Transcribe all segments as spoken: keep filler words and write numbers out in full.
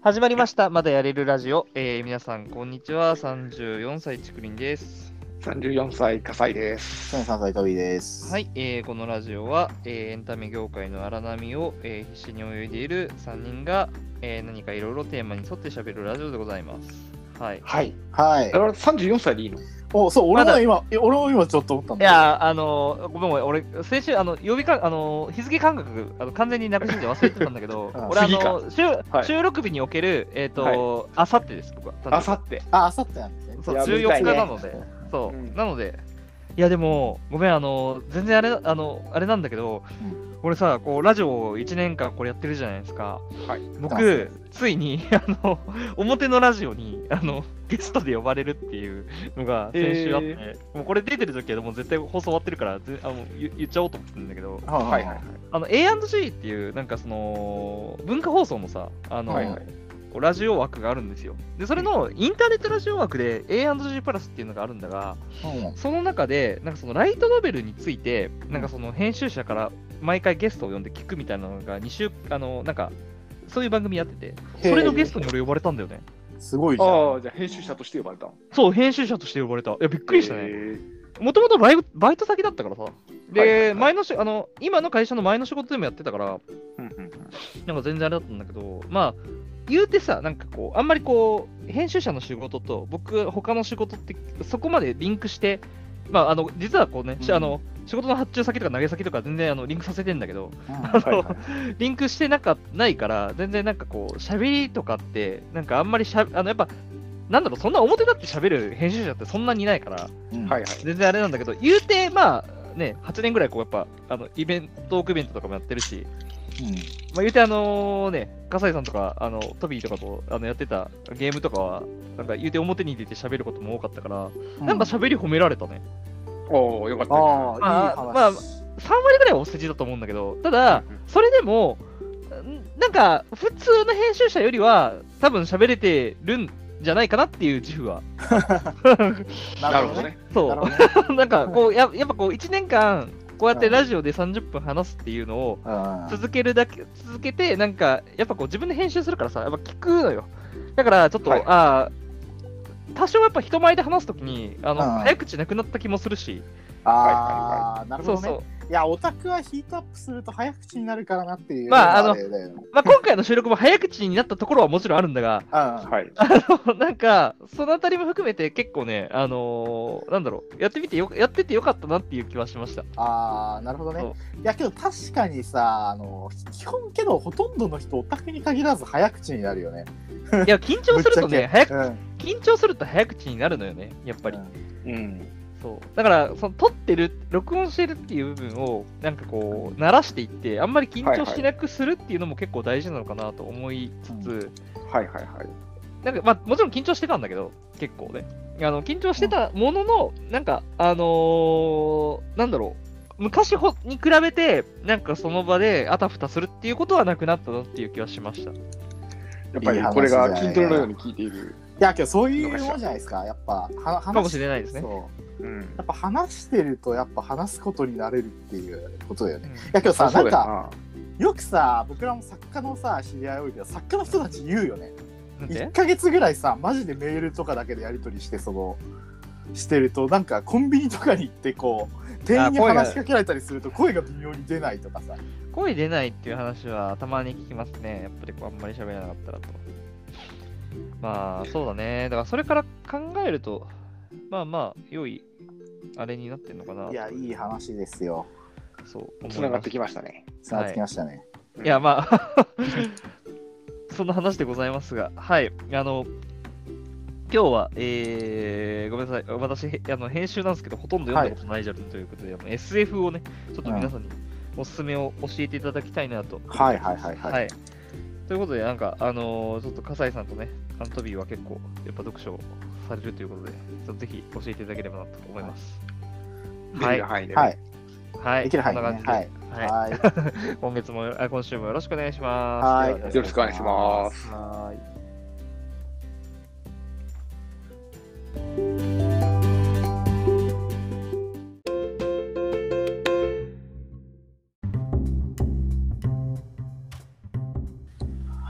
始まりました。まだやれるラジオ。えー皆さん、こんにちは。さんじゅうよんさい、ちくりんです。 さんじゅうよんさい、笠井です。 さんじゅうさんさい、トビーです。 はい、えーこのラジオは、えーエンタメ業界の荒波を、えー必死に泳いでいるさんにんが、えー何かいろいろテーマに沿って喋るラジオでございます。はい。 はい。 はいだ。からさんじゅうよんさいでいいの？ お、そう、俺まだも今、え俺も今ちょっと思ったんいだよ。 やー、あのーごめんごめん、俺、先週、あの、曜日か、あのー日付感覚、あの完全になくしてて忘れてたんだけどあ、 俺、あ次かのー収はい収録日における、えっ、とあさってです、僕は。 あさって。 あ、あさってなんですね。 そう、 いやじゅうよっか見たいねなので、そう、 うんなので、いやでも、ごめん、あの、全然あれ、あの、あれなんだけど、 うん俺さ、こう、ラジオをいちねんかんこれやってるじゃないですか。 はい。 僕、ついに、あの、表のラジオに、あの、ゲストで呼ばれるっていうのが先週あって、 へもうこれ出てる時はもう絶対放送終わってるから、ぜあの言言っちゃおうと思ってるんだけど、 はいはいはい。 あの、エーアンドジー っていう、なんかその、文化放送のさ、あの、 はいはい。 こうラジオ枠があるんですよ。で、それのインターネットラジオ枠で エーアンドジー プラスっていうのがあるんだが、 うんその中で、なんかそのライトノベルについて、なんかその編集者から毎回ゲストを呼んで聞くみたいなのがに週、あの、なんか、そういう番組やってて、それのゲストに俺呼ばれたんだよね。 すごいじゃん。 ああ、じゃあ編集者として呼ばれたの？ そう、編集者として呼ばれた。いや、びっくりしたね。 へもともとバイバイト先だったからさ。で、 はいはいはい前のし、あの、今の会社の前の仕事でもやってたから、 ーうんうんうんなんか全然あれだったんだけど、まあ、言うてさ、なんかこう、あんまりこう、編集者の仕事と僕、他の仕事ってそこまでリンクして、まあ、あの、実はこうね、しうんあの、仕事の発注先とか投げ先とか全然あのリンクさせてんだけど、 うんあのはいはいリンクしてなかないから、全然なんかこう、喋りとかって、なんかあんまりしゃ、あの、やっぱ、なんだろう、そんな表立って喋る編集者ってそんなにいないから、 うんはいはい。 全然あれなんだけど、言うて、まあ、ね、はちねんぐらいこう、やっぱ、あの、イベント、トークイベントとかもやってるし、まあ、言うてあのね、笠井さんとか、あの、トビーとかとあのやってたゲームとかは、なんか言うて表に出て喋ることも多かったから、 うん。 なんか喋り褒められたね。 おお、よかったね。 ああ、いいまあ話。 まあさん割ぐらいはお世辞だと思うんだけど、ただ、それでも、んなんか、普通の編集者よりは、多分喋れてるんじゃないかなっていう自負は。 なるほど。ね。 そなるほどね。 う。なんか、こう、ややっぱこう、いちねんかん、こうやってラジオでさんじゅっぷん話すっていうのを、 うん続けるだけ、続けて、なんか、やっぱこう自分で編集するからさ、やっぱ聞くのよ。だから、ちょっと、 はいああ、多少やっぱ人前で話すときに、あの、 うん早口なくなった気もするし、 ああ、なるほどね。 そうそう。 いや、オタクはヒートアップすると早口になるからなっていう。 まああのれだよねまあ、今回の収録も早口になったところはもちろんあるんだが、 うんはい。 あのなんか、そのあたりも含めて結構ね、あのーなんだろう、やってみてよ、やっててよかったなっていう気はしました。 ああ、なるほどね。いやけど確かにさ、あの基本けどほとんどの人オタクに限らず早口になるよね。 いや、緊張するとね、早く、 うん緊張すると早口になるのよね、やっぱり。 うん。 そう。だから、その撮ってる、録音してるっていう部分を、なんかこう、慣らしていって、あんまり緊張しなくするっていうのも結構大事なのかなと思いつつ、 はいはいはい。 なんか、まあ、もちろん緊張してたんだけど、結構ね。あの、緊張してたものの、なんか、あのーなんだろう、昔ほに比べて、なんかその場であたふたするっていうことはなくなったなっていう気はしました。 やっぱりこれが筋トレのように聞いている。 いやけどそういうもんじゃないですか。やっぱは話かもしれないですねそううん。 やっぱ話してるとやっぱ話すことになれるっていうことだよね。 うんいやけどさ、 そうだよなんかよくさ、僕らも作家のさ知り合い多いけど、作家の人たち言うよね。 なんでいっかげつぐらいさ、マジでメールとかだけでやり取りしてそのしてると、なんかコンビニとかに行ってこう店員にあ声が話しかけられたりすると声が微妙に出ないとかさ。 声出ないっていう話はたまに聞きますね。やっぱりこうあんまり喋れなかったらと。まあ、そうだね。だからそれから考えると、まあまあ、良い、あれになってんのかな。 いや、いい話ですよ。 そう思います。 つながってきましたね。 つながってきましたね。 いや、まあ、そんな話でございますが、はい。あの、今日は、えー、ごめんなさい。私、へあの編集なんですけど、ほとんど読んだことないジャンルということで、あの エスエフ をね、ちょっと皆さんにおすすめを教えていただきたいなと。 はいはいはいはい。 はい。ということで、なんか、あのーちょっと笠井さんとね、アントビーは結構、やっぱ読書されるということで、ちょっとぜひ教えていただければなと思います。はい。 できる範囲でね。 はい。 はい。 できる範囲でねこんな感じで、はい。 はい。 今月も、あ今週もよろしくお願いします。 はいではよろしくお願いします。 はい。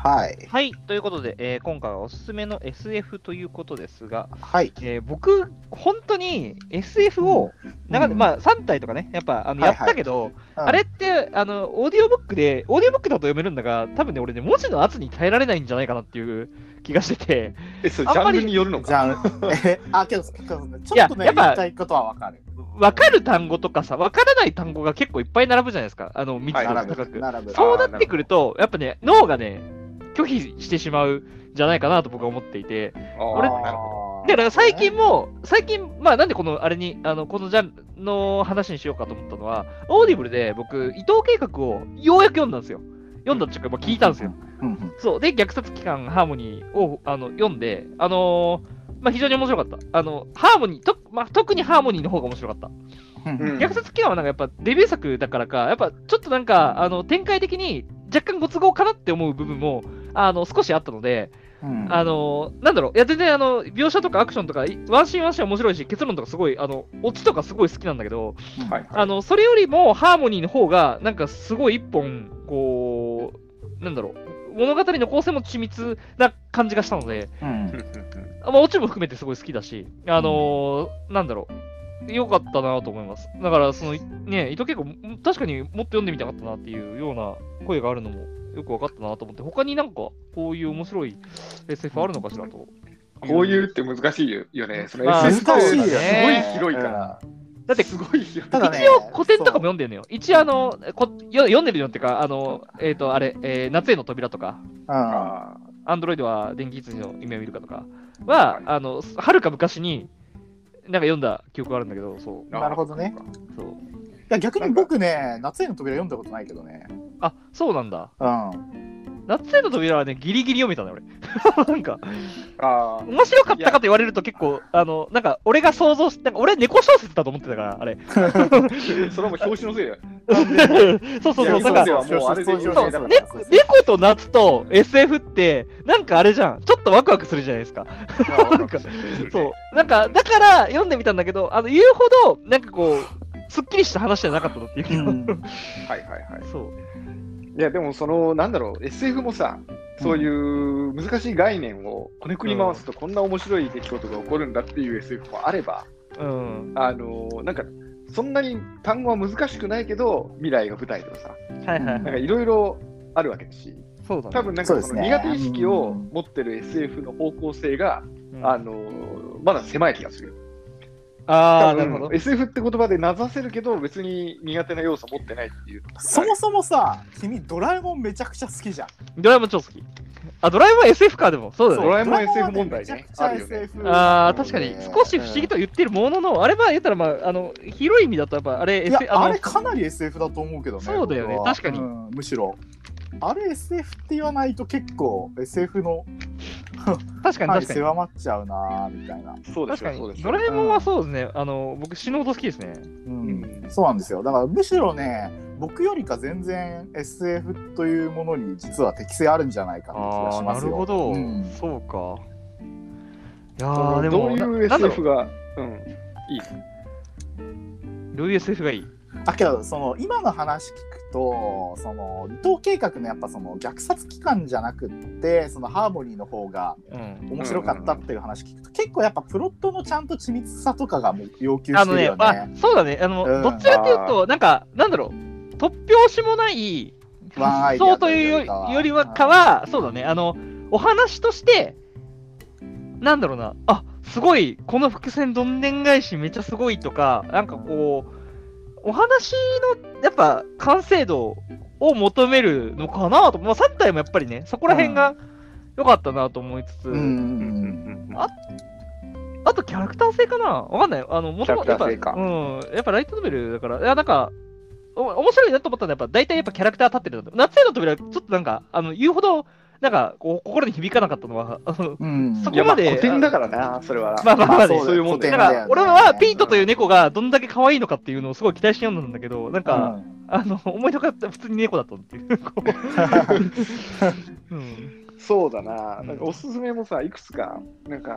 はい。 はい、ということで、えー今回はおすすめの エスエフ ということですが、 はい。 えー僕、本当に エスエフ を、なんかうんまあ、さん体とかね、やっぱあのやはいはいったけど、 うんあれってあのオーディオブックで、オーディオブックだと読めるんだが、多分ね、俺ね、文字の圧に耐えられないんじゃないかなっていう気がしてて、 え、それジャンルによるのか。 じゃあ、え、あ、けど、けどねちょっとね、 いややっぱ言いたいことはわかる。 分かる単語とかさ、分からない単語が結構いっぱい並ぶじゃないですか、あの密度が並ぶ。 高く。 並ぶ。 そうなってくると、やっぱね、脳がね、拒否してしまうんじゃないかなと僕は思っていて、俺あーなるほだから最近も、最近、まあなんでこのあれに、あのこのジャンルの話にしようかと思ったのは、オーディブルで僕、伊藤計画をようやく読んだんですよ。読んだっていうか、まあ、聞いたんですよ。 うんうんそう。で、虐殺機関ハーモニーをあの読んで、あのーまあ非常に面白かった。あの、ハーモニー、とまあ、特にハーモニーの方が面白かった。 うんうん虐殺機関はなんかやっぱデビュー作だからか、やっぱちょっとなんか、あの、展開的に若干ご都合かなって思う部分も、あの、少しあったので、 うんあのーなんだろう、いや、全然、あの、描写とかアクションとか、いワンシーンワンシーン面白いし、結論とかすごい、あの、オチとかすごい好きなんだけど、 はいはい。 あの、それよりも、ハーモニーの方が、なんかすごい一本、こう、なんだろう、物語の構成も緻密な感じがしたので、 うんうんうんうんあまあ、オチも含めてすごい好きだし、あのーなんだろう、良かったなと思います。だから、その、ね、糸結構、確かにもっと読んでみたかったなっていうような声があるのもよく分かったなと思って、他になんか、こういう面白い エスエフ あるのかしらと。 こういうって難しいよね。そのまあエスエフ ってすごい難しいよね広いから。 だって、 すごい広い。 ただね一応古典とかも読んでるのよ。一応あのこよ読んでるのっていうか、あの、えっ、と、あれ、えー夏への扉とか、 うんあアンドロイドは電気羊の夢を見るかとかは、あの、はるか昔に、なんか読んだ記憶があるんだけど、そう。 ーなるほどね。 そういや逆に僕ね、夏への扉読んだことないけどね。 あ、そうなんだ。 うん。 夏への扉はね、ギリギリ読めたの俺。なんか、 あー。 面白かったかと言われると結構、あの、なんか、俺が想像し、なんか俺猫小説だと思ってたから、あれ。 それはもう表紙のせいだよ。 そうそうそう、 いやなんかそうで、はもうあれでそうそうそうそうね猫と夏と エスエフ って、なんかあれじゃん、ちょっとワクワクするじゃないですか。なんかそう。なんか、だから読んでみたんだけど、あの、言うほど、なんかこう、すっきりした話じゃなかったのっていううんけど。 はいはいはい。 そう。 いやでもそのなんだろう エスエフ もさそういう難しい概念をこねくり回すとこんな面白い出来事が起こるんだっていう エスエフ もあればうん。 あのなんかそんなに単語は難しくないけど未来が舞台とかさはいはいなんかはい。 いろいろあるわけだしそうだね。 多分なんかそうですねその苦手意識を持ってる エスエフ の方向性が、 うんあのまだ狭い気がするよ。 ああ、 多分なるほど。 エスエフ って言葉で名指せるけど別に苦手な要素持ってないっていう。 そもそもさ、君ドラえもんめちゃくちゃ好きじゃん。 ドラえもん超好き。あ、ドラえもん エスエフ か、でも。そうだね。 ドラえもん エスエフドラえ問題ねめちゃくちゃあるよねエスエフああ、確かに、少し不思議と言ってるものの、あれは言ったら、まあ、あの、広い意味だと、やっぱ、あれ、 いやエスエフ、あのあれかなり エスエフ だと思うけどね。 そうだよね僕は確かにうんむしろ。あれ エスエフ って言わないと結構 エスエフ の確かに確かに。 範囲狭まっちゃうなみたいな。 そうです確かに。 よそうですよドラえもんはそうですね。あの、僕、死ぬほど好きですね。 うんうんそうなんですよ。だからむしろね、僕よりか全然 エスエフ というものに実は適性あるんじゃないかって気がああ、なしますよ。 るほど。 うんそうか。いやそー、でも、 のどういうななんだエスエフろうが、うん、いいどういう エスエフ がいいだけどその今の話聞くとその離島計画のやっぱその虐殺期間じゃなくってそのハーモニーの方がうん。 面白かったっていう話聞くと、結構やっぱプロットのちゃんと緻密さとかがもう要求あのねしてるよ、ね。 あ、そうだね。あの、 うんどっちかっていうと、なんか、なんだろう、突拍子もないワンアイデアそうというよりよりはかは、そうだね、あの、お話として、なんだろうな、あ、すごい、この伏線どんでん返しめっちゃすごいとか、なんかこう、お話の、やっぱ、完成度を求めるのかなと、まあ、さん体もやっぱりね、そこら辺が良かったなと思いつつ、 うんうんうんああとキャラクター性かなわかんない。あの、もともとやっぱ、 キャラクター性うん、やっぱライトノベルだから、いや、なんか、お面白いなと思ったのは、やっぱ大体やっぱキャラクター立ってるの。夏への扉、ちょっとなんか、あの、言うほど、なんか、こう、心に響かなかったのは、あの、 うんそいやまあこまで古典だからなそれはまあまあまあねそうそういうもんだよ古典だよねなんか、俺はピートという猫がどんだけ可愛いのかっていうのをすごい期待して読んだんだけど、なんうか、 んあの、思いのほか普通に猫だったっていう。こううん。 そうだなうんなんかおすすめもさいくつかなんか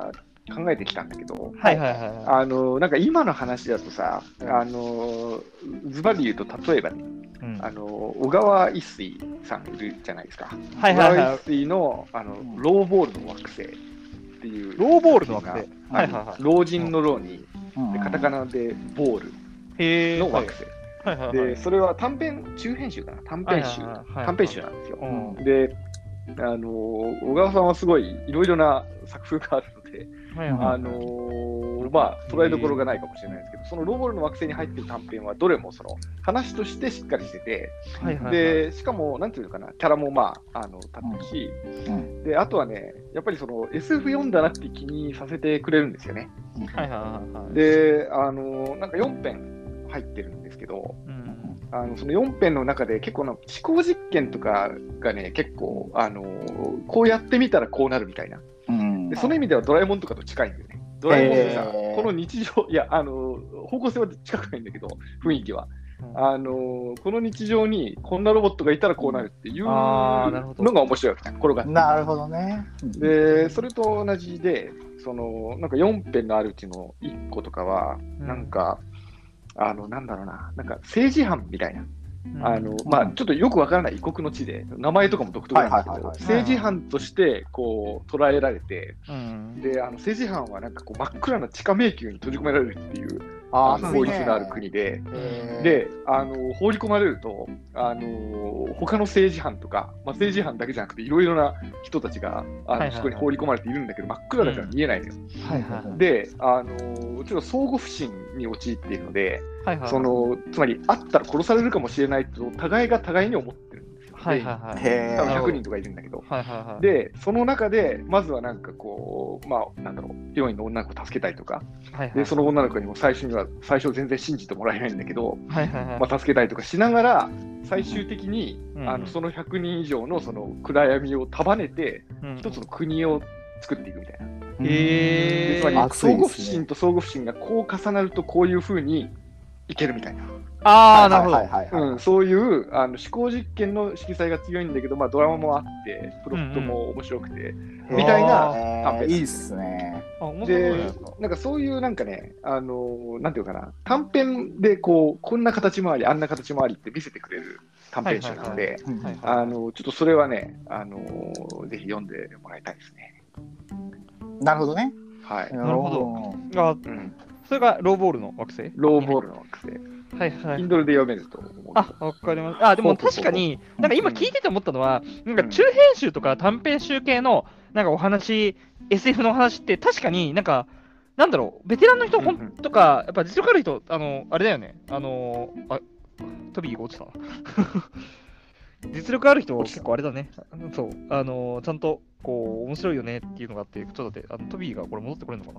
考えてきたんだけど、 はいはいはいはい。 あのなんか今の話だとさ、あのズバリ言うと例えばね、 うん、 あの小川一水さんいるじゃないですか。 はいはいはい。 小川一水のあのローボールの惑星っていう。 ローボールの惑星。 はいはいはい。 老人のローに、 うんでカタカナでボールへの惑星。 はいはいはいはい、 で、それは短編、中編集かな短編集、短編集なんですよ。 うん、 で、あの小川さんはすごいいろいろな作風があるので、 はいはいはい、 あのー、まあ捉えどころがないかもしれないですけど、そのローボールの惑星に入っている短編はどれもその話としてしっかりしてて、 はいはいはい、でしかもなんていうのかな、キャラもまああの立ってるし、うん、であとはね、やっぱりその エスエフ 読んだなって気にさせてくれるんですよね。 はいはいはいはい、 で、あのー、なんかよん編入ってるんですけど、うん、あのそのよん編の中で結構な思考実験とかがね、結構、あのー、こうやってみたらこうなるみたいな、うん、でその意味ではドラえもんとかと近いんだよね。ドラえもんってさ、この日常、いや、あのー、方向性は近くないんだけど、雰囲気は。あのー、この日常にこんなロボットがいたらこうなるっていうのが面白いわけだ、これが。 なるほどね。 で、それと同じで、そのなんかよん編のあるうちのいっことかは、うん、なんか、あの、なんだろうな、なんか政治犯みたいな、うん、あの、まあ、ちょっとよくわからない異国の地で、名前とかも独特なんですけど、政治犯としてこう捉えられて、うん、で、あの政治犯はなんかこう真っ暗な地下迷宮に閉じ込められるっていう。あの法律のある国で、であの放り込まれると、あの他の政治犯とか、まあ、政治犯だけじゃなくていろいろな人たちがあのそこに放り込まれているんだけど、真っ暗だから見えないのよ。で、あのちょっと相互不信に陥っているので、そのつまり会ったら殺されるかもしれないと互いが互いに思ってるんですよ。はいはいはい、多分ひゃくにんとかいるんだけど、はいはいはい、でその中でまずはなんかこう、まあなんだろう、病院の女の子を助けたいとか、はいはいはい、でその女の子にも最初には最初全然信じてもらえないんだけど、はいはいはい、まあ、助けたいとかしながら最終的に、うん、あのそのひゃくにん以上のその暗闇を束ねて、うん、一つの国を作っていくみたいな。へー。つまり相互不信と相互不信がこう重なるとこういう風にいけるみたいな。 ああ、なるほど。そういうあの思考実験の色彩が強いんだけど、まあ、ドラマもあってプロットも面白くて、うんうん、みたいな短編。 いいっすね。 で、なんかそういうなんかね、あのなんていうかな、短編でこうこんな形もありあんな形もありって見せてくれる短編集なので、あのちょっとそれはね、あのぜひ読んでもらいたいですね。 なるほどね。 はい。 なるほど。あ、うん、それがローボールの惑星？ ローボールの惑星。 はいはい。 Kindle で読めると思う。 あ、わかります。あ、でも確かに、なんか今聞いてて思ったのは、なんか中編集とか短編集系のなんかお話、エスエフ のお話って確かになんか、なんだろう、ベテランの人とか、やっぱ実力ある人、あの、あれだよね。あの、あ、トビーが落ちたな。実力ある人、結構あれだね。そう、あの、ちゃんと、こう、面白いよねっていうのがあって、ちょっと待って、あのトビーがこれ戻ってこれるのかな。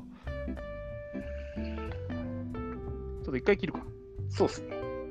ちょっと一回切るか。 そうっすね。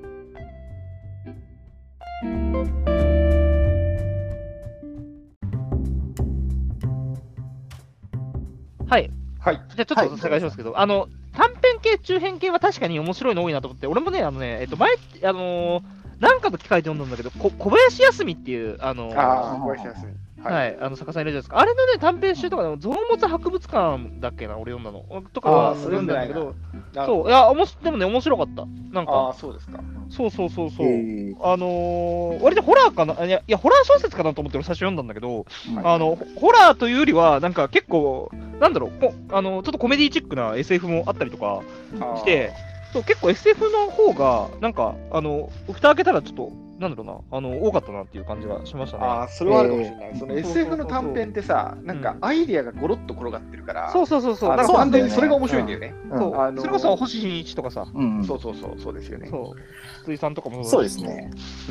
はい。 はい。 じゃあちょっとお願いしますけど、はい、あの、短編系、中編系は確かに面白いの多いなと思って、俺もね、あのね、えっと、前、あのー、なんかの機会で読んだんだけど、こ小林康美っていう、あのー、 あ小林康美。 はい、あの作家さんいるじゃないですか。あれのね、短編集とかで、ゾウモツ博物館だっけな、俺読んだの。とかは読んだんだけど、そう、いや、おもしでもね、面白かった。なんか、 あそうですか。 そうそうそうそう。あのー、割とホラーかな、いや、いやホラー小説かなと思って最初読んだんだけど、はい、あの、ホラーというよりは、なんか結構、なんだろう、こあのちょっとコメディチックな エスエフ もあったりとかして、そう結構 エスエフ の方が、なんか、あの、蓋開けたらちょっと、なんだろうな、あの多かったなっていう感じがしましたね。 ああ、それはあるかもしれない。えー、その エスエフ の短編ってさ、なんかアイディアがゴロッと転がってるから、 そうそうそうそう、 なんか完全にそれが面白いんだよね。 うん、そう、あのー、それこそ星新一とかさ、 うん、そうそうそう、そうですよね。 そう、筒井さんとかもそうですね。 うん。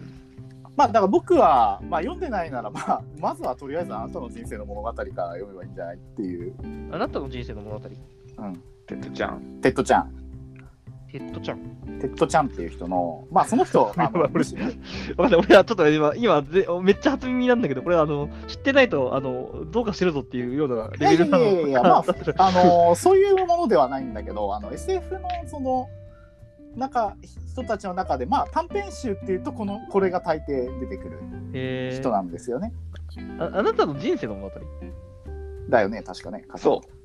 まあだから僕は、まあ、読んでないなら、まあ、まずはとりあえずあなたの人生の物語から読めばいいんじゃないっていう。 あなたの人生の物語。 うん。 テッドちゃん。 テッドちゃん。 テッドちゃん。 テッドちゃんっていう人の、まあその人、まあ、 俺はちょっと今、今めっちゃ初耳なんだけど、これはあの知ってないとあのどうかしてるぞっていうようなレベルなの。 いやいやいや、まあ、あのそういうものではないんだけど、あの エスエフ のその中人たちの中で、まあ短編集っていうとこのこれが大抵出てくる人なんですよね。 あ, あなたの人生の物語だよね、確かね。 そう。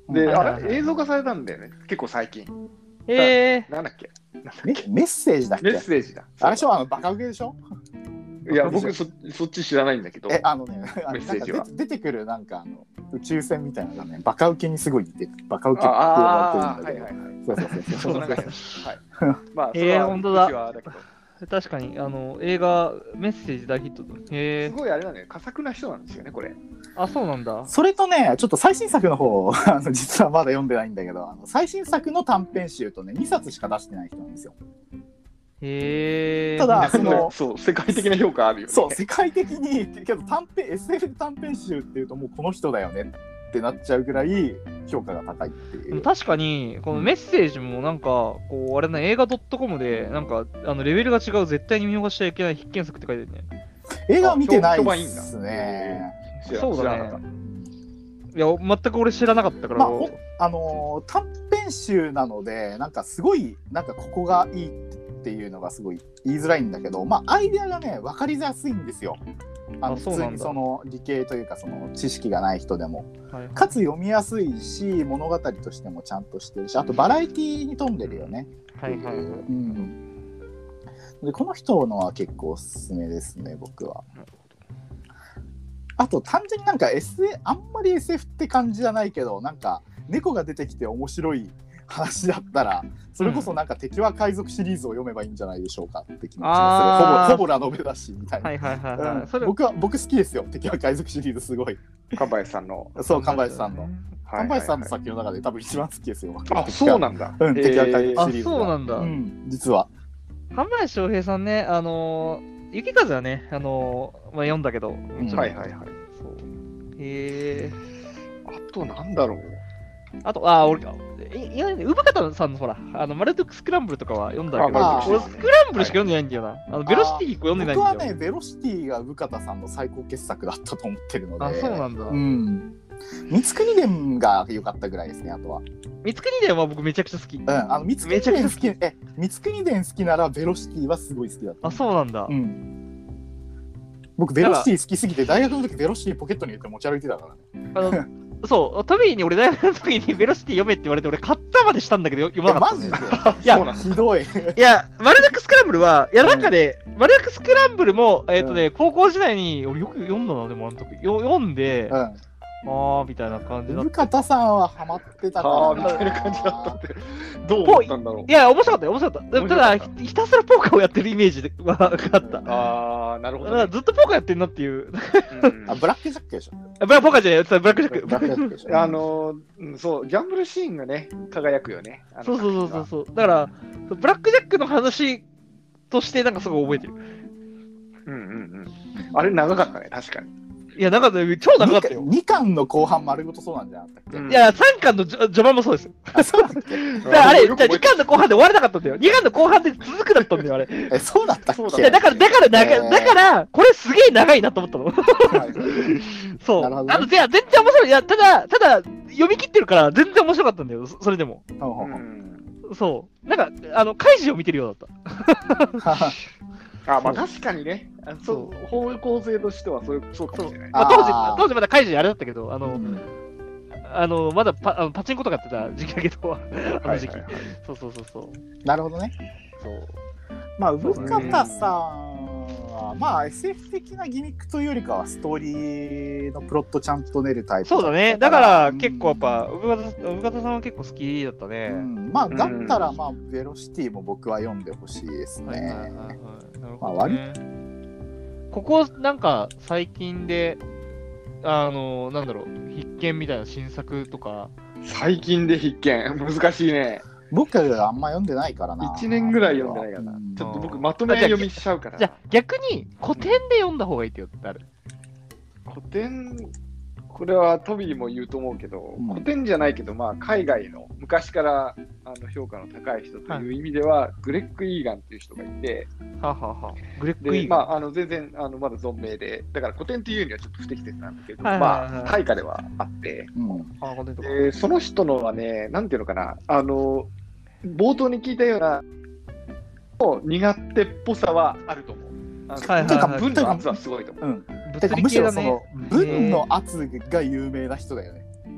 で、 はいはいはいあれ映像化されたんだよね、結構最近。 えなんだっけなんだっメけメッセージだっけメッセージだ。 あれでしょあのバカウケでしょいや、僕そ、そっち知らないんだけど。 え、あのね、あのメッセージはなんか出て出てくるなんかあの宇宙船みたいなのがね、バカウケにすごい似てる。バカウケって言わああ、 れてるんだけど。 はいはいはい。 そうそうそうそう。 そんな感じです。はい。まあ、 えーそれは本当だうちはだけどー、確かに、あの、映画、メッセージ大ヒットだ。へすえ。 ごいあれだね、佳作な人なんですよね、これ。 あ、そうなんだ。 それとね、ちょっと最新作の方、あの実はまだ読んでないんだけど、あの最新作の短編集とね、にさつしか出してない人なんですよ。 へえ。 ただそのそう、世界的な評価あるよね。 そう、世界的に、けど短編、エスエフ 短編集っていうともうこの人だよねってなっちゃうぐらい評価が高いっていう。 でも確かに、このメッセージもなんか、こう、あれな、映画 .com で、なんか、あの、レベルが違う、絶対に見逃しちゃいけない必見作って書いてるね。 映画は見てない評判いいんだですね。 知らそうだね知らなかっいや、全く俺知らなかったから。 まあ、ほあのー短編集なので、なんかすごい、なんかここがいいっていうのがすごい言いづらいんだけど、まあ、アイデアがね、分かりやすいんですよ。あのあそうなんだ普通にその理系というかその知識がない人でもはいはいかつ読みやすいし物語としてもちゃんとしてるしあとバラエティに富んでるよね、 はいはいはい。 うん、でこの人のは結構おすすめですね僕は。 なるほあと単純になんか エスエフ あんまり エスエフ って感じじゃないけどなんか猫が出てきて面白い話だったらそれこそなんか敵は海賊シリーズを読めばいいんじゃないでしょうかって気持ちがあーする。ほぼほぼラノベだしみたいな、 はいはいはいはい。 うんそれ僕は僕好きですよ敵は海賊シリーズすごい。 た。神林さんの。 そう神林さんのはい神林さんの作品の中で多分一番好きですよ。 あ、そうなんだ。 うん敵は海へーあ賊シリーズがそうなんだうん、実は神林翔平さんね、あのー、雪風はね、あのー、まあ、読んだけど、もちろんはいはいはい。 そうへえ。 あとなんだろう。 あと、あ、俺、いいや、産方さんのほら、あの、マルトックスクランブルとかは読んだけど、 あ俺、スクランブルしか読んでないんだよな。あのベロシティ一個読んでないんだよ。 僕はねベロシティが生方さんの最高傑作だったと思ってるので。 あ、そうなんだ。 うん。三国伝が良かったぐらいですね、あとは。 三国伝は僕めちゃくちゃ好き。 うん、あの三国めちゃくちゃ好き伝好き、え、三国伝好きならベロシティはすごい好きだった。 あ、そうなんだ。 うん。僕、ベロシティ好きすぎて、大学の時ベロシティポケットに入れて持ち歩いてたからね。 あのそう、トミーに俺大学の時にベロシティ読めって言われて、俺買ったまでしたんだけど、読いや、 まなかったマジでいやそうなんだ。 ひどい。 いや、マルダックスクランブルは、いや、なんかね、マルダックスクランブルも、えっ、とね、高校時代に、俺よく読んだな、でもあの時。よ読んで、 うん。 あーみたいな感じだっ生た。 方さんはハマってたからああ、みたいな感じだったって。どう思ったんだろう。 いや、面白かったよ、面白かった。た面白かだったひ、ひたすらポーカーをやってるイメージではあった。 ああ、なるほだからどね。 ずっとポーカーやってんなっていう。 うんあ、ブラックジャックでしょ。 あブラポーカーじゃない、ブラックジャック。 ブラックジャックでしょ。 あのー、そう、ギャンブルシーンがね、輝くよね。あのそうそうそうそうそう。だから、ブラックジャックの話として、なんかすごい覚えてる。 うんうんうん。あれ長かったね、確かに。 いや、なんかね、超長かったよ。 にかんの後半丸ごとそうなんじゃなかったっけ、 うんいや、さんかんの序序盤もそうですよ。 あ、そうだっけだからあれ、じゃあによく覚えてかんの後半で終われなかったんだよ。にかんの後半で続くだったんだよ、あれ。いえ、そうだったっけそうだや、だから、だから長い、 えーだから、これすげえ長いなと思ったの。そう。 なるほどねあの、じゃあ全然面白い。いや、ただ、ただ、読み切ってるから、全然面白かったんだよ、そそれでも。 ほうほうほううんそう。なんか、あの、カイジを見てるようだった。 あ、まあ確かにね。あそう、方向性としてはそうそうかもしれない。 まあ、当時あー、 当時まだカイジあれだったけど、あの、 うんあの、まだパあのパチンコとかやってた時期だけど、あの時期はいはいはい。 そうそうそうそう。 なるほどね。 そう。 まあ、 そう生方さんは、まあ、エスエフ 的なギミックというよりかは、ストーリーのプロットちゃんと練るタイプそうだね。だから、 うん結構やっぱ、産方産方さんは結構好きだったね。 うんまあ、だったら、まあ、ベロシティも僕は読んでほしいですはいはいはいね。 はい。なるまあほどね。ここ、なんか、最近で、あの、なんだろう、必見みたいな新作とか、 最近で必見。難しいね。 僕はあんま読んでないからな。 いちねんぐらい読んでないかなう。んちょっと僕まとめ読みしちゃうから。 じゃあ逆に古典で読んだ方がいいってよってある。 古典、これはトビーも言うと思うけど、 うん古典じゃないけど、まあ、海外の昔からあの評価の高い人という意味では、グレッグ・イーガンっていう人がいて、 はあ、はあはあ、グレッグイでーガン。 まあ、あの全然あのまだ存命で、だから古典っていうにはちょっと不適切なんだけど、 はいはいはいまあ、大家ではあって、 うんあ古典とか。 でその人のはね、なんていうのかな、あの冒頭に聞いたような苦手っぽさはあると思う。あのはいはいはい文の圧はすごいと思う。 うん。て物かむしろそ理系だねの。文の圧が有名な人だよね。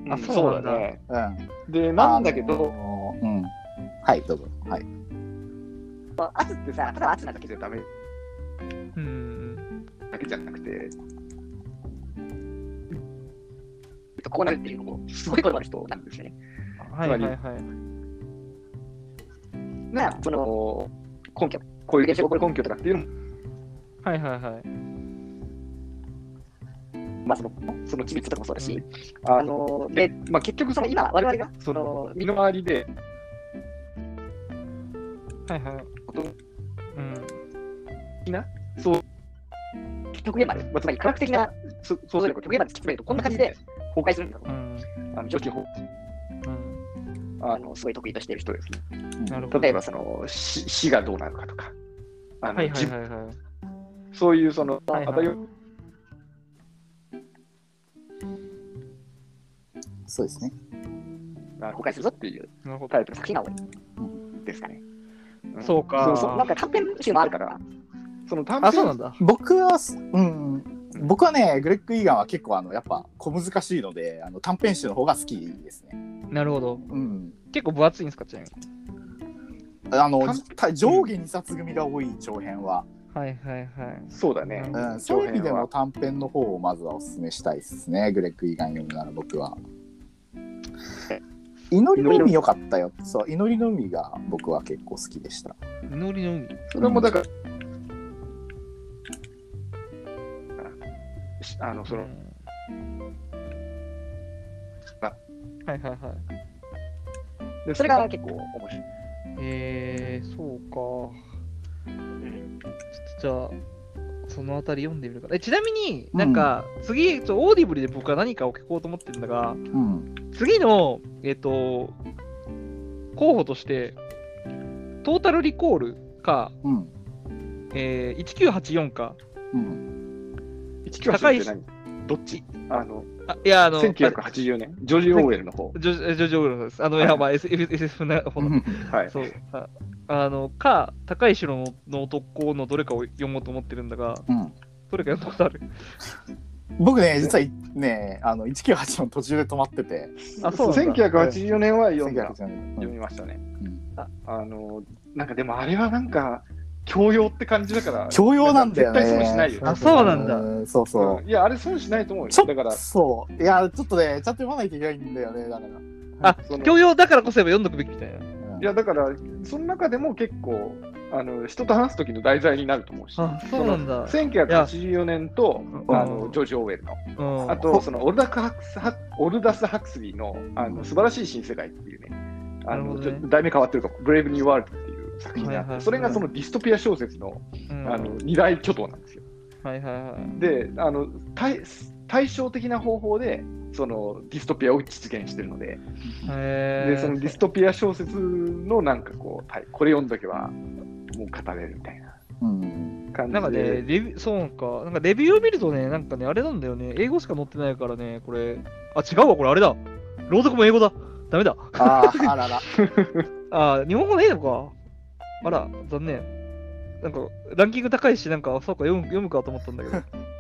あ、 うんそうなんだだね。 うん。 で、なんだけど、 あのーうん。はい、どうぞ。はい。 圧ってさ、ただ圧なだけじゃダメうん。 だけじゃなくて、こうなるっていうのも、すごいこだわる人なんですよね。 はいはいはい。 な、その、根拠、こういう現象が起こる根拠とかっていうのも、 はいはいはい。 まあ、その、その緻密とかもそうだし、あの、で、まあ、結局、その今、我々が、その、身の回りで、 はいはい。 ことうん。 な、そう、極限まで、まあ、つまり科学的なそ想像力を極限まで突き詰めると、こんな感じで崩壊するんだと。 うん。 あの、常識法、 うん。 あの、すごい得意としている人ですね。 なるほど。 例えば、その、死死がどうなるかとか、あの、 はいはい自はいはい。 そういう、その、 はいはい当たり前そうですね。 あ崩壊するぞっていうなるほど。 タイプの作品が多いですかね。んそうかそうそうなんか短編集もあるから、その短編あ、そうなんだ。 僕は、うん、僕はね、グレッグ・イーガンは結構あのやっぱ小難しいので、あの短編集の方が好きですね。 なるほど。 うん。 結構分厚いんですか、ちなみに。 あの短た上下にさつ組が多い長編は、 はいはいはい。 そうだね。 うんうん、そういう意味でも短編の方をまずはお勧めしたいですね、グレッグ・イーガン読むなら僕は。祈りの海良かったよ。そう、祈りの海が僕は結構好きでした。 祈りの海。 それもだから、あの、その、 はいはいはい。 でそれが結構面白い。 えー、そうか。 うんちょっとじゃあ、そのあたり読んでみるかな。えちなみになんか、次、ちょっとオーディブルで僕は何かを聞こうと思ってるんだが、 うん。 次の、えっと、候補として、トータルリコールか、 うん。 えー、いちきゅうはちよんか、 うん。 いちきゅうはちって何どっちあの、 あいや、あの、 せんきゅうひゃくはちじゅうねん、ジョージ・オーウェルの方。 ジョジョジョールのです。あの、 はいいや、まあ、エスエフ エスエフ の方の。 はい。 そう。ああの、か、高い城のの男のどれかを読もうと思ってるんだが、 うん。 どれか読んだことある僕ね、実はいね、あのいちきゅうはちの途中で止まってて、 あ、そうなんだ。 せんきゅうひゃくはちじゅうねんは読んだ。 せんきゅうひゃくはちじゅうねん読みましたね。 うんああの、なんかでもあれはなんか、教養って感じだから、 教養なんだよね。 絶対損しないよね。 あそうなんだんそうそう。 うんいや、あれ損しないと思うよ。 ちょだから、 そう。いや、ちょっとね、ちゃんと読まないといけないんだよね、だから。 あその、 教養だからこそやっぱ読んどくべきみたいな。 うんいや、だから、その中でも結構、あの人と話す時の題材になると思うし、 あ、そうなんだ。 せんきゅうひゃくはちじゅうよねんと、 うんあのジョージ・オーウェルの、 うん、 あと、そのオルダクハクスハオルダス・ハクスリーのあの素晴らしい新世界っていうね、あのなるほどねちょっと題名変わってるかも、ブレイブ・ニュー・ワールドっていう作品があって、 はいはいはいそれがそのディストピア小説の,、 うんあの二大巨頭なんですよ。 はいはいはい。 で、あの対対照的な方法でそのディストピアを実現してるので、 へーでそのディストピア小説のなんかこう、はいこれ読んどけばもう語れるみたいなうん。 感じで。 なんかね、レビュー、そうか、なんかレビューを見るとね、なんかね、あれなんだよね、英語しか載ってないからね、これ、あ、違うわ、これあれだ。朗読も英語だ。ダメだ。 ああ、あらら。 あ、日本語ねえのか。あら、残念。なんか、ランキング高いし、なんか、そうか、読む読むかと思ったんだけど。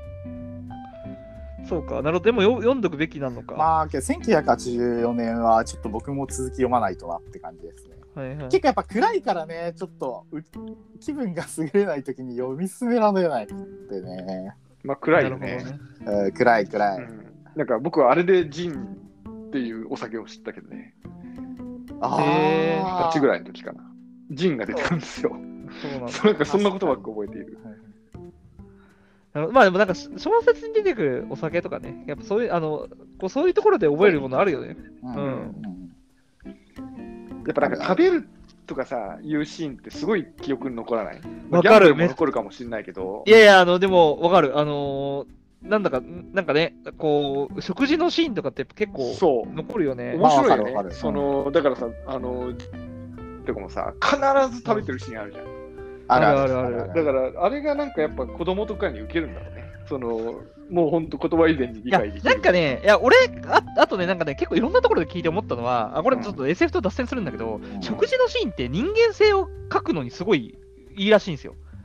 そうか、なるほど、でもよ読んどくべきなのか。 まあ、けどせんきゅうひゃくはちじゅうよねんはちょっと僕も続き読まないとなって感じですね。 はいはい。 結構やっぱ暗いからね、ちょっとう気分が優れない時に読み進められないってね。 まあ暗いよね。 なるほどね。 うん暗い暗い。 うんなんか僕はあれでジンっていうお酒を知ったけどね、 へーあはちぐらいの時かな。ジンが出てくるんですよ。 そうなんだ。 そうなんかそんなことばっか覚えている。 なるほどまあでもなんか小説に出てくるお酒とかね、やっぱそういう、あの、こうそういうところで覚えるものあるよね。 うんうんやっぱなんか食べるとかさ、いうシーンってすごい記憶に残らない。 わかるギャンブルも残るかもしれないけどい、やいや、あの、でも、わかる。あのーなんだか、なんかね、こう、食事のシーンとかって結構そう。 残るよね。 面白いよねまあわかるわか。るその、だからさ、あの、とかもさ、必ず食べてるシーンあるじゃん。 あるあるあるあるだから、あれがなんかやっぱ子供とかに受けるんだろうね。その、もう本当言葉以前に理いや、 解できる。 なんかね、いや、俺、ああとね、なんかね、結構いろんなところで聞いて思ったのは、あ、これちょっと エスエフ と脱線するんだけど、 ん食事のシーンって人間性を描くのにすごいいいらしいんですよ。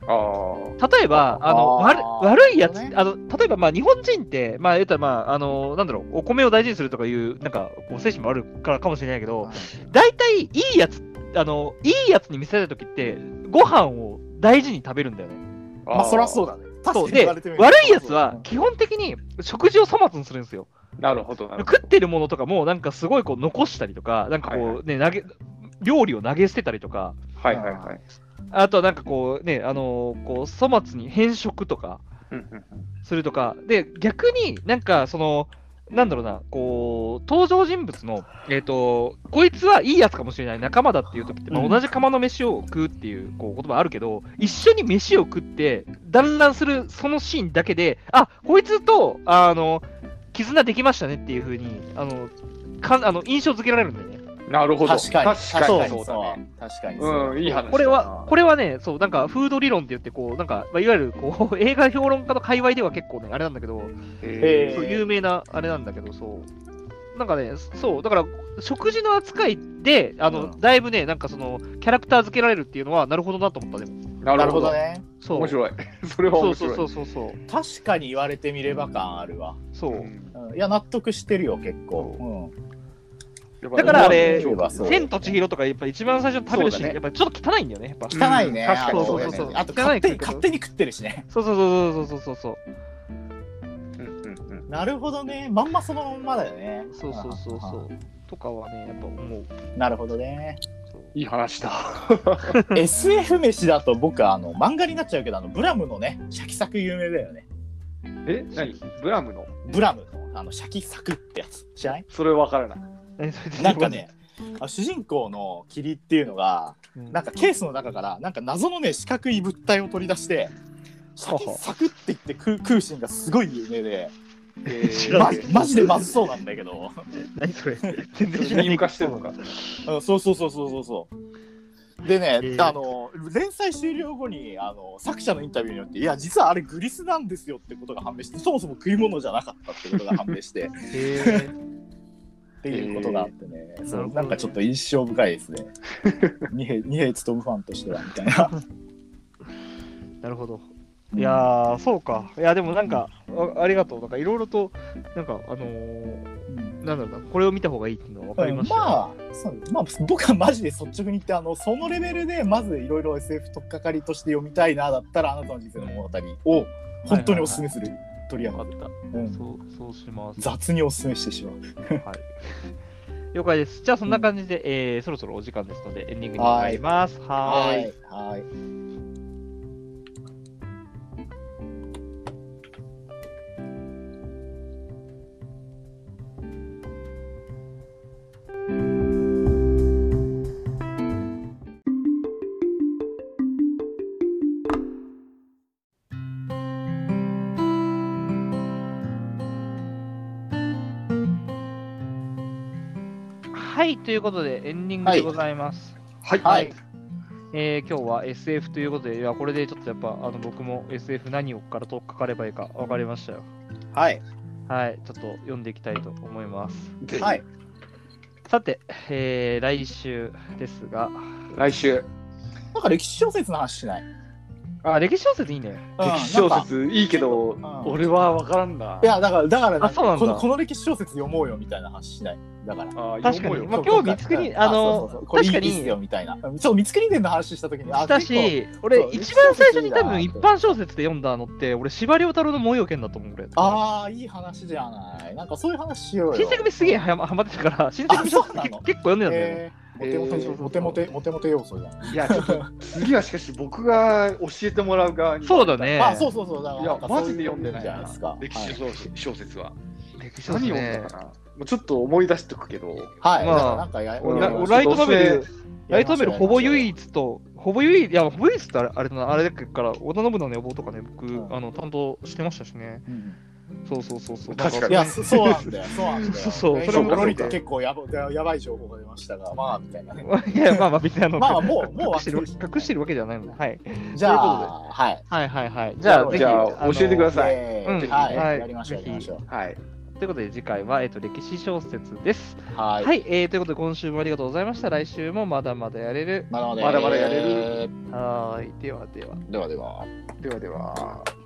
あ例えば、あのあー悪悪いやつ、 なるあの例えばまあ日本人って、まあ言ったらまあ、あのなんだろう、お米を大事にするとかいう、なんかこう精神もあるからかもしれないけど、大体いいやつ、あのいいやつに見せられたときって、ご飯を大事に食べるんだよね。 あ。 まあそりゃそうだね。 そうで、 確かに言われてみると悪いやつは基本的に食事を粗末にするんですよ。 なるほど、なるほど。 食ってるものとかも、なんかすごいこう残したりとか、なんかこうね、投げ、料理を投げ捨てたりとか、 はいはいはい。 あとはなんかこうね、あのーこう粗末に変色とかうんうんうんするとか、で、逆になんかその、なんだろうな、こう、登場人物の、えっ、と、こいつはいいやつかもしれない仲間だっていう時って、まあ、 うん同じ釜の飯を食うっていうこう言葉あるけど、一緒に飯を食って、団らんするそのシーンだけで、あ、こいつと、あの、絆できましたねっていう風に、あの、かんあの印象付けられるんだよね。 なるほど。 確かに確かそうにそうだね。 確かにそう。 うん、いい話だな。 これは、これはね、そう、なんか、フード理論って言って、こう、なんか、まあ、いわゆる、こう、映画評論家の界隈では結構ね、あれなんだけど、 へそう有名なあれなんだけど、そう。なんかね、そう、だから、食事の扱いで、あの、 うんだいぶね、なんかその、キャラクター付けられるっていうのは、なるほどなと思った、でも。 ななるほど。ね。 そう。 面白い。それは面白い。 そうそうそうそうそう。 確かに言われてみれば感あるわ。 そう。 うんうんいや納得してるよ結構。うんだからあれそうだそう千と千尋とか、やっぱ一番最初に食べるし、 そうだねやっぱりちょっと汚いんだよね、やっぱ。 汚いね。 確かにあのそうそうそうあと汚いけど勝手に勝手に食ってるしね。 そうそうそうそうそうそう。 うんうんうんなるほどね。まんまそのまんまだよね。 そうそうそうそう。とかはね、やっぱ思う。 なるほどね。 そういい話だ。 エスエフ 飯だと僕はあの漫画になっちゃうけどあのブラムのねシャキサク有名だよね。 え、何ブラムのブラムのあのシャキサクってやつ知らない？ それわからない。 何それなんかね、あ主人公の霧っていうのがうんなんかケースの中からなんか謎のね四角い物体を取り出してシャキサクって言って食う食うシーンがすごい有名で、 えま知らないマジでまずそうなんだけど、 何それ全然知それらない。 入化してるのか。 うんそうそうそうそうそうそう。でね、 えーあの連載終了後にあの作者のインタビューによっていや実はあれグリスなんですよってことが判明してそもそも食い物じゃなかったってことが判明してっへていうことがあってね、 ーそうなんかちょっと印象深いですね。二平二平勉ファンとしてはみたいな。 ーなるほど。いやー、そうか。いや、でもなんか、あありがとう。なんかいろいろと、なんか、あのー、 うんなんだろうな、これを見た方がいいっていうのは分かりましたよ。 まあそうまあ僕はマジで率直に言ってあのそのレベルでまずいろいろ エスエフ とっかかりとして読みたいなだったらあなたの人生の物語を本当におすすめする、鳥山分かった。 うんそう、そうします。 雑におすすめしてしまう。 はい。了解です。じゃあ、そんな感じで、えーそろそろお時間ですので、エンディングに参ります。はーい。 はいはいはい、ということで、エンディングでございます。 はい。 はいえー今日は エスエフ ということで、いや、これでちょっとやっぱ、あの僕も エスエフ 何をからとっかかればいいか分かりましたよ。 はいはい、ちょっと読んでいきたいと思います。 ぜひはい。 さて、えー来週ですが、 来週、 なんか歴史小説の話しない？ あ、歴史小説いいね。 うん歴史小なんか説いいけど、 ん俺はわからんな。 いやだからだからなんかあそうなんだこのこの歴史小説読もうよみたいな話しない。だから。 あー確かに読もうよまあ今日三つ国あのそうそうそうこれいい確かにですよみたいな。ちょっと三つ国伝の話した時にあした結構し、俺そう一番最初に多分歴史小説いいな一般小説で読んだのって、俺司馬遼太郎の燃えよ剣だと思う俺。 ああいい話じゃない。なんかそういう話しようよ。 新作目すげえはまはまってたから、新作目小説あそうなの結結構読んでたんだよね。 えーモテモテえーモテモテモテモテ要素じゃん。 いや、ちょっと、次はしかし僕が教えてもらう側に。 そうだね。 あそうそうそうだからいや、 なんかマジで読んでないなそううじゃないですか。 歴史小説小説は。 歴史小何説ね読んだかなもうちょっと思い出しとくけど。 はい。 まあだからなんかや俺なやライトノベル、ライトノベルほぼ唯一。 一と、ほぼ唯一、いや、ほぼ唯一ってあれあれだな、あれだから、織田信長の野望とかね、僕、 うんあの担当してましたしね。 うんそうそうそうそう。 確かにいやそそうなんだよそうなんだよ。 そうそうそそれもれもロリって結構やばやばい情報が出ましたがまあみたいなね。 いや、まあまあ、別にあの、 まあもうもう隠してる隠してるわけじゃないので、はい。 じゃあはい。 はいはいはい。じゃあ、ぜひ、 じゃあの教えてくださいイエーイうんはいはいやりましょうやりましょう。 はい。 ということで次回は、えっと歴史小説です。 はい。 はい、えー、ということで今週もありがとうございました。来週もまだまだやれる。 まだまだまだまだやれる。 はーい、ではでは。 ではでは。 ではでは。